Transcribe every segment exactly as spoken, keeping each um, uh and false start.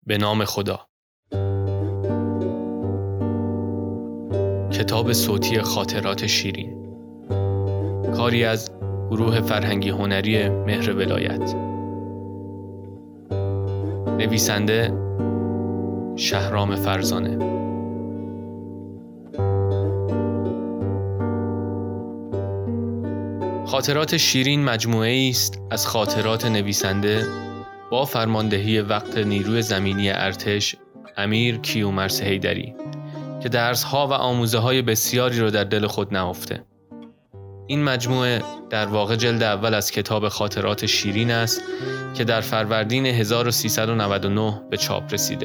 به نام خدا. کتاب صوتی خاطرات شیرین، کاری از گروه فرهنگی هنری مهر ولایت. نویسنده شهرام فرزانه. خاطرات شیرین مجموعه است از خاطرات نویسنده با فرماندهی وقت نیروی زمینی ارتش امیر کیومرث حیدری که درس‌ها و آموزه‌های بسیاری را در دل خود نهفته. این مجموعه در واقع جلد اول از کتاب خاطرات شیرین است که در فروردین هزار و سیصد و نود و نه به چاپ رسیده.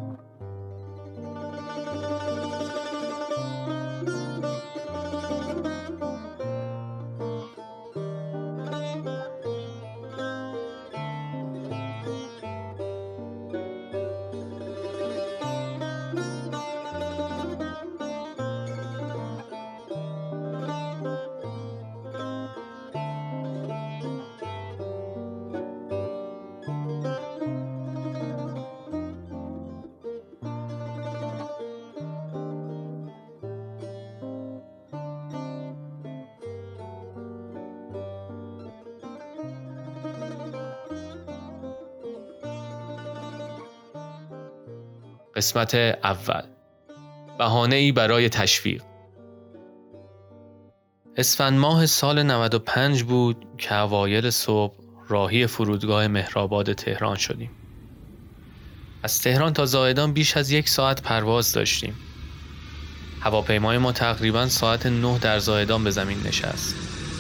قسمت اول، بهانه‌ای برای تشویق. اسفند ماه سال نود و پنج بود که اوایل صبح راهی فرودگاه مهرآباد تهران شدیم. از تهران تا زاهدان بیش از یک ساعت پرواز داشتیم. هواپیمای ما تقریباً ساعت نه در زاهدان به زمین نشست.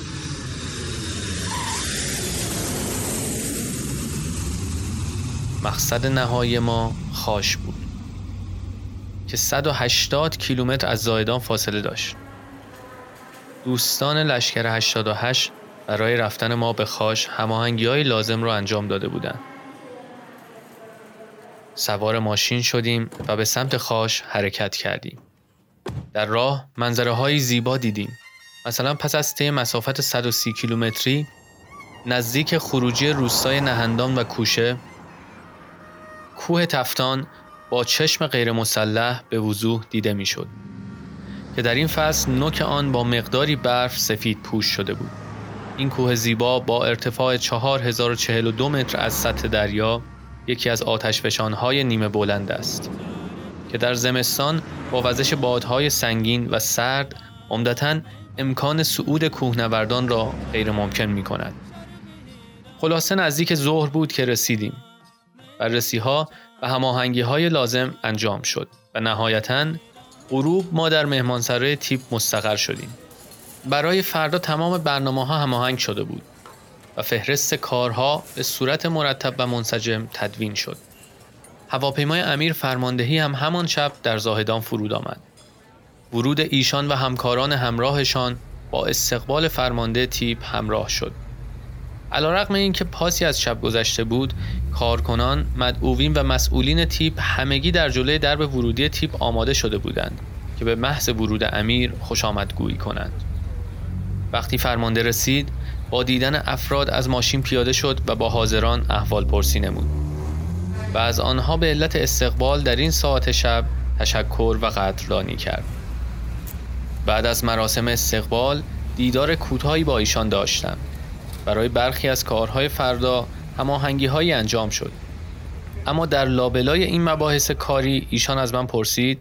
مقصد نهایی ما خاش بود که صد و هشتاد کیلومتر از زاهدان فاصله داشت. دوستان لشکر هشتاد و هشت برای رفتن ما به خاش هماهنگی‌های لازم را انجام داده بودند. سوار ماشین شدیم و به سمت خاش حرکت کردیم. در راه منظره‌های زیبا دیدیم. مثلا پس از طی مسافت صد و سی کیلومتری نزدیک خروجی روستای نهندان و کوشه، کوه تفتان با چشم غیر مسلح به وضوح دیده می شد که در این فصل نوک آن با مقداری برف سفید پوش شده بود. این کوه زیبا با ارتفاع چهار هزار و چهل و دو متر از سطح دریا یکی از آتشفشان‌های نیمه بلند است که در زمستان با وزش بادهای سنگین و سرد عمدتاً امکان صعود کوهنوردان را غیر ممکن می کند. خلاصه نزدیک ظهر بود که رسیدیم. بررسی‌ها و هماهنگی‌های لازم انجام شد و نهایتاً غروب ما در مهمانسرای تیپ مستقر شدیم. برای فردا تمام برنامه‌ها هماهنگ شده بود و فهرست کارها به صورت مرتب و منسجم تدوین شد. هواپیمای امیر فرماندهی هم همان شب در زاهدان فرود آمد. ورود ایشان و همکاران همراهشان با استقبال فرمانده تیپ همراه شد. علیرغم اینکه پاسی از شب گذشته بود، کارکنان، مدعوین و مسئولین تیپ همگی در جلوی درب ورودی تیپ آماده شده بودند که به محض ورود امیر خوش آمدگویی کنند. وقتی فرمانده رسید، با دیدن افراد از ماشین پیاده شد و با حاضران احوال پرسی نمود و از آنها به علت استقبال در این ساعت شب تشکر و قدردانی کرد. بعد از مراسم استقبال دیدار کوتاهی با ایشان داشتم. برای برخی از کارهای فردا هماهنگی‌هایی انجام شد. اما در لابلای این مباحث کاری ایشان از من پرسید: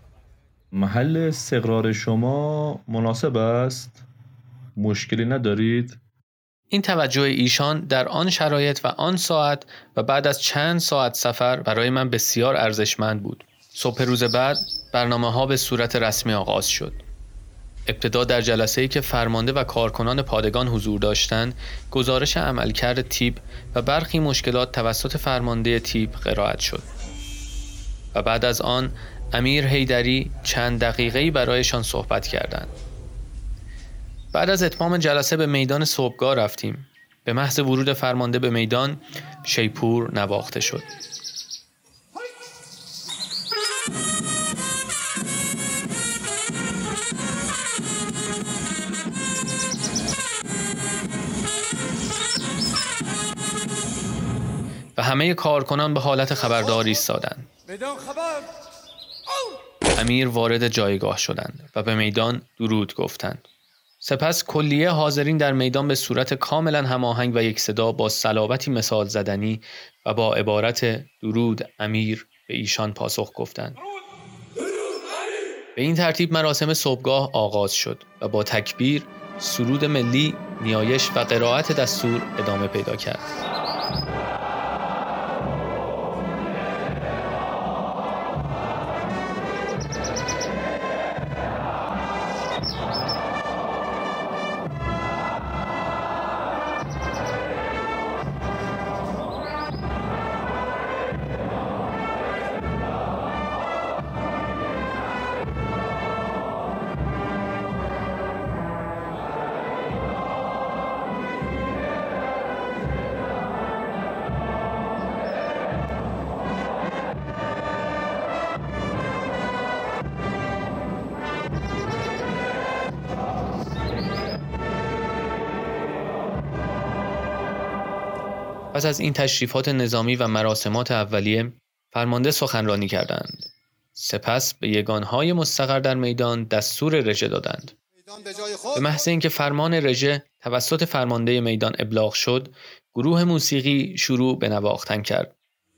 محل استقرار شما مناسب است؟ مشکلی ندارید؟ این توجه ایشان در آن شرایط و آن ساعت و بعد از چند ساعت سفر برای من بسیار ارزشمند بود. صبح روز بعد برنامه‌ها به صورت رسمی آغاز شد. ابتدا در جلسه‌ای که فرمانده و کارکنان پادگان حضور داشتند، گزارش عملکرد تیپ و برخی مشکلات توسط فرمانده تیپ قرائت شد. و بعد از آن امیر حیدری چند دقیقه‌ای برایشان صحبت کردند. بعد از اتمام جلسه به میدان صبحگاه رفتیم. به محض ورود فرمانده به میدان، شیپور نواخته شد. و همه کارکنان به حالت خبرداری ایستادند. میدان خبر. امیر وارد جایگاه شدند و به میدان درود گفتند. سپس کلیه حاضرین در میدان به صورت کاملا هماهنگ و یک صدا با صلابتی مثال زدنی و با عبارت درود امیر به ایشان پاسخ گفتند. به این ترتیب مراسم صبحگاه آغاز شد و با تکبیر، سرود ملی، نیایش و قرائت دستور ادامه پیدا کرد. پس از این تشریفات نظامی و مراسمات اولیه، فرمانده سخنرانی کردند. سپس به یگانهای مستقر در میدان دستور رژه دادند. به محض اینکه فرمان رژه توسط فرمانده میدان ابلاغ شد، گروه موسیقی شروع به نواختن کرد.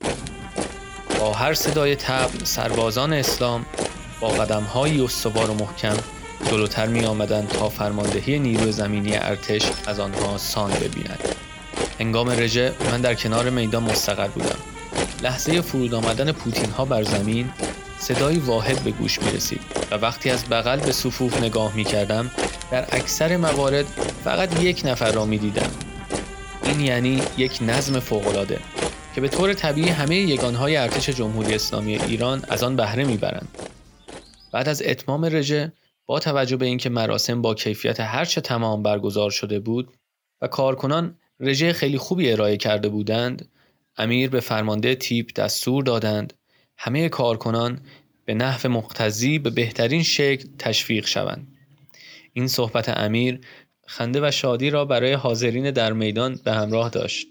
با هر صدای طبل، سربازان اسلام با قدم‌های استوار و محکم جلوتر می آمدند تا فرماندهی نیروی زمینی ارتش از آنها سان ببیند. هنگام رژه من در کنار میدان مستقر بودم. لحظه فرود آمدن پوتین ها بر زمین صدای واحد به گوش می رسید و وقتی از بغل به صفوف نگاه می کردم در اکثر موارد فقط یک نفر را می دیدم. این یعنی یک نظم فوق‌العاده که به طور طبیعی همه یگانهای ارتش جمهوری اسلامی ایران از آن بهره می برند. بعد از اتمام رژه با توجه به اینکه مراسم با کیفیت هرچه تمام برگزار شده بود و کارکنان رژه خیلی خوبی ارائه کرده بودند، امیر به فرمانده تیپ دستور دادند همه کارکنان به نحو مقتضی به بهترین شکل تشویق شوند. این صحبت امیر خنده و شادی را برای حاضرین در میدان به همراه داشت.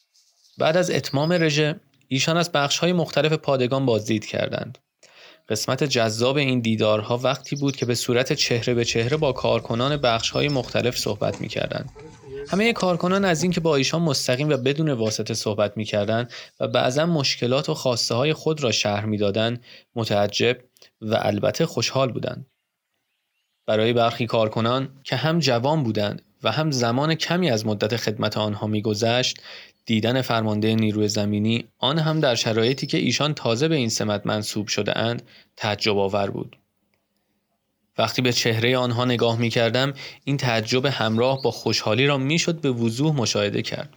بعد از اتمام رژه ایشان از بخش‌های مختلف پادگان بازدید کردند. قسمت جذاب این دیدارها وقتی بود که به صورت چهره به چهره با کارکنان بخش‌های مختلف صحبت می‌کردند. همه کارکنان از اینکه با ایشان مستقیم و بدون واسطه صحبت می‌کردند و بعضا مشکلات و خواسته‌های خود را شرح می‌دادند، متعجب و البته خوشحال بودند. برای برخی کارکنان که هم جوان بودند و هم زمان کمی از مدت خدمت آنها می‌گذشت، دیدن فرمانده نیروی زمینی، آن هم در شرایطی که ایشان تازه به این سمت منصوب شده اند، تعجب آور بود. وقتی به چهره آنها نگاه می کردم، این تعجب همراه با خوشحالی را می شد به وضوح مشاهده کرد.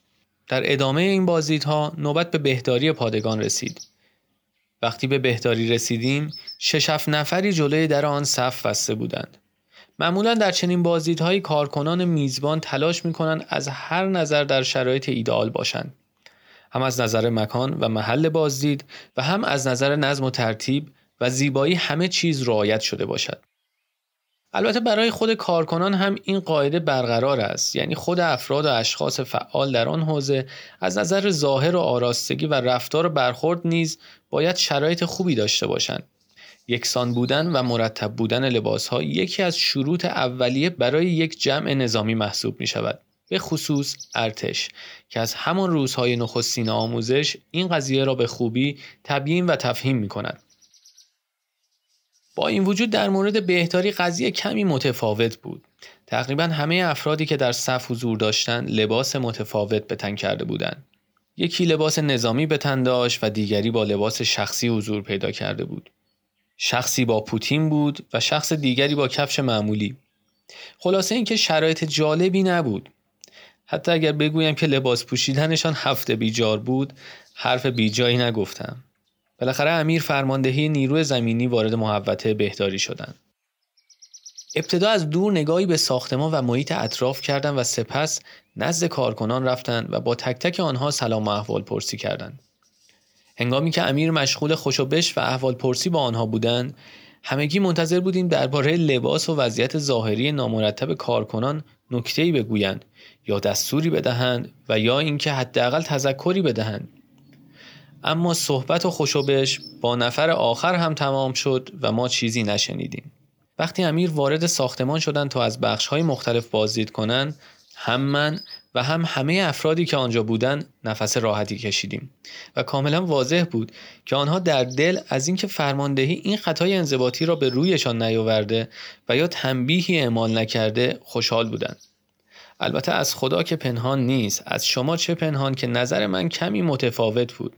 در ادامه این بازدیدها نوبت به بهداری پادگان رسید. وقتی به بهداری رسیدیم، شش هفت نفری جلوی در آن صف بسته بودند. معمولا در چنین بازدیدهایی کارکنان میزبان تلاش می کنند از هر نظر در شرایط ایدئال باشند. هم از نظر مکان و محل بازدید و هم از نظر نظم و ترتیب و زیبایی همه چیز رعایت شده باشد. البته برای خود کارکنان هم این قاعده برقرار است، یعنی خود افراد و اشخاص فعال در آن حوزه از نظر ظاهر و آراستگی و رفتار و برخورد نیز باید شرایط خوبی داشته باشند. یکسان بودن و مرتب بودن لباس‌ها یکی از شروط اولیه برای یک جمع نظامی محسوب می شود. به خصوص ارتش که از همان روزهای نخستین آموزش این قضیه را به خوبی تبیین و تفهیم می کند. با این وجود در مورد بهداری قضیه کمی متفاوت بود. تقریبا همه افرادی که در صف حضور داشتند لباس متفاوت به تن کرده بودند. یکی لباس نظامی به تن داشت و دیگری با لباس شخصی حضور پیدا کرده بود. شخصی با پوتین بود و شخص دیگری با کفش معمولی. خلاصه اینکه شرایط جالبی نبود. حتی اگر بگویم که لباس پوشیدنشان هفته بیجار بود، حرف بیجایی نگفتم. بالاخره امیر فرماندهی نیروی زمینی وارد محوطه بهداری شدند. ابتدا از دور نگاهی به ساختمان و محیط اطراف کردند و سپس نزد کارکنان رفتند و با تک تک آنها سلام و احوال پرسی کردند. هنگامی که امیر مشغول خوشوبش و احوال پرسی با آنها بودند، همگی منتظر بودیم درباره لباس و وضعیت ظاهری نامرتب کارکنان نکته‌ای بگویند یا دستوری بدهند و یا اینکه حداقل تذکری بدهند. اما صحبت و خوشوبش با نفر آخر هم تمام شد و ما چیزی نشنیدیم. وقتی امیر وارد ساختمان شدن تا از بخش‌های مختلف بازدید کنن، هم من و هم همه افرادی که آنجا بودن نفس راحتی کشیدیم و کاملا واضح بود که آنها در دل از اینکه فرماندهی این خطای انضباطی را به رویشان نیاورده و یا تنبیهی اعمال نکرده خوشحال بودند. البته از خدا که پنهان نیست، از شما چه پنهان که نظر من کمی متفاوت بود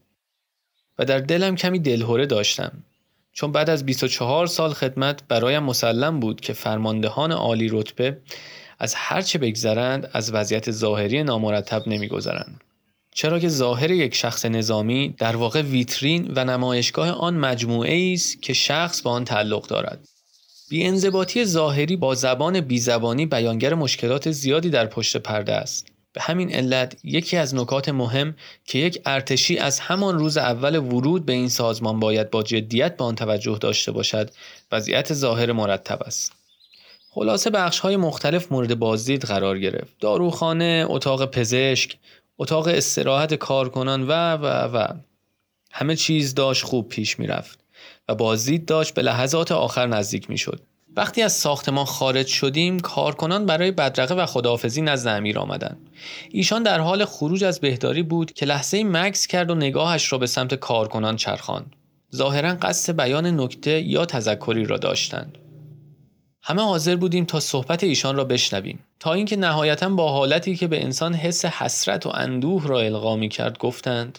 و در دلم کمی دلهره داشتم، چون بعد از بیست و چهار سال خدمت برایم مسلم بود که فرماندهان عالی رتبه از هر چه بگذرند از وضعیت ظاهری نامرتب نمی‌گذرند. چرا که ظاهر یک شخص نظامی در واقع ویترین و نمایشگاه آن مجموعه است که شخص با آن تعلق دارد. بی‌انضباطی ظاهری با زبان بی‌زبانی بیانگر مشکلات زیادی در پشت پرده است. به همین علت یکی از نکات مهم که یک ارتشی از همان روز اول ورود به این سازمان باید با جدیت به آن توجه داشته باشد، وضعیت ظاهر مرتب است. خلاصه بخش‌های مختلف مورد بازدید قرار گرفت. داروخانه، اتاق پزشک، اتاق استراحت کارکنان و و و همه چیز داشت خوب پیش می‌رفت و بازدید داشت به لحظات آخر نزدیک می‌شد. وقتی از ساختمان خارج شدیم، کارکنان برای بدرقه و خداحافظی نزد امیر آمدند. ایشان در حال خروج از بهداری بود که لحظه‌ای مکث کرد و نگاهش را به سمت کارکنان چرخاند. ظاهراً قصد بیان نکته یا تذکری را داشتند. همه حاضر بودیم تا صحبت ایشان را بشنویم، تا اینکه نهایتاً با حالتی که به انسان حس حسرت و اندوه را القا می‌کرد گفتند: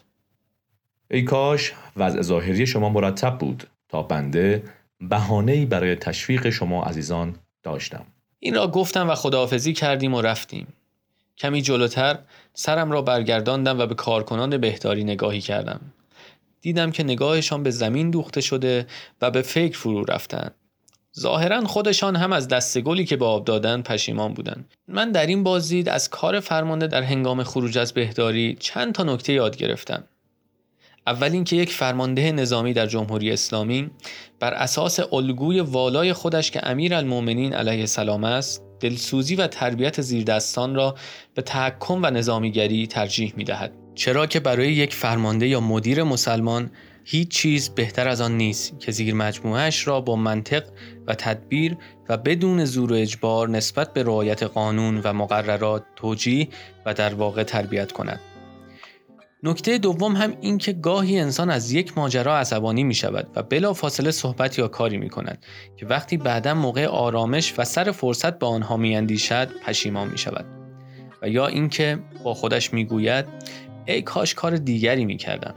ای کاش وضع ظاهری شما مرتب بود تا بنده بهانه‌ای برای تشویق شما عزیزان داشتم. این را گفتم و خداحافظی کردیم و رفتیم. کمی جلوتر سرم را برگرداندم و به کارکنان بهداری نگاهی کردم. دیدم که نگاهشان به زمین دوخته شده و به فکر فرو رفتند. ظاهراً خودشان هم از دست گلی که به آب دادن پشیمان بودند. من در این بازدید از کار فرمانده در هنگام خروج از بهداری چند تا نکته یاد گرفتم. اول اینکه یک فرمانده نظامی در جمهوری اسلامی بر اساس الگوی والای خودش که امیرالمومنین علیه السلام است، دلسوزی و تربیت زیردستان را به تحکم و نظامیگری ترجیح می‌دهد. چرا که برای یک فرمانده یا مدیر مسلمان هیچ چیز بهتر از آن نیست که زیر مجموعه‌اش را با منطق و تدبیر و بدون زور و اجبار نسبت به رعایت قانون و مقررات توجیه و در واقع تربیت کند. نکته دوم هم این که گاهی انسان از یک ماجرا عصبانی می شود و بلا فاصله صحبت یا کاری می کند که وقتی بعداً موقع آرامش و سر فرصت به آنها می اندیشد پشیمان می شود. و یا اینکه با خودش می گوید ای کاش کار دیگری می کردم.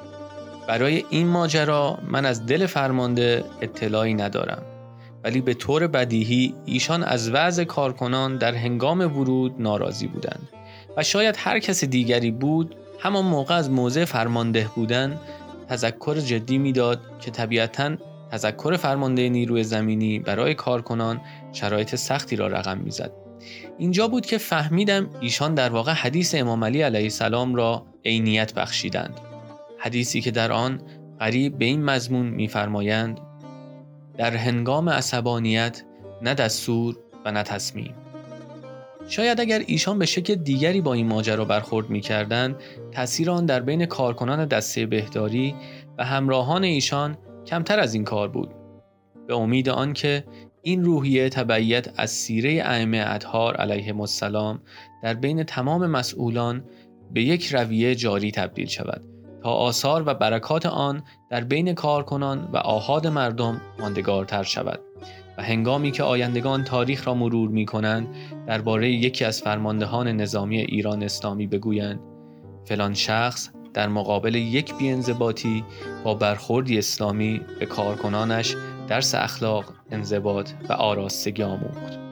برای این ماجرا من از دل فرمانده اطلاعی ندارم، ولی به طور بدیهی ایشان از وضع کارکنان در هنگام ورود ناراضی بودند و شاید هر کس دیگری بود همان موقع از موضع فرمانده بودن تذکر جدی میداد که طبیعتاً تذکر فرمانده نیروی زمینی برای کارکنان شرایط سختی را رقم میزد. اینجا بود که فهمیدم ایشان در واقع حدیث امام علی علیه السلام را عینیت بخشیدند. حدیثی که در آن قریب به این مضمون می‌فرمایند: در هنگام عصبانیت نه دستور و نه تصمیم. شاید اگر ایشان به شکل دیگری با این ماجرا برخورد می‌کردند، تأثیر آن در بین کارکنان دسته بهداری و همراهان ایشان کمتر از این کار بود. به امید آن که این روحیه تبعیت از سیره ائمه اطهار علیهم السلام در بین تمام مسئولان به یک رویه جاری تبدیل شود تا آثار و برکات آن در بین کارکنان و آحاد مردم ماندگارتر شود و هنگامی که آیندگان تاریخ را مرور می کنند درباره یکی از فرماندهان نظامی ایران اسلامی بگویند فلان شخص در مقابل یک بی‌انضباطی با برخوردی اسلامی به کارکنانش درس اخلاق، انضباط و آراستگی آموخت.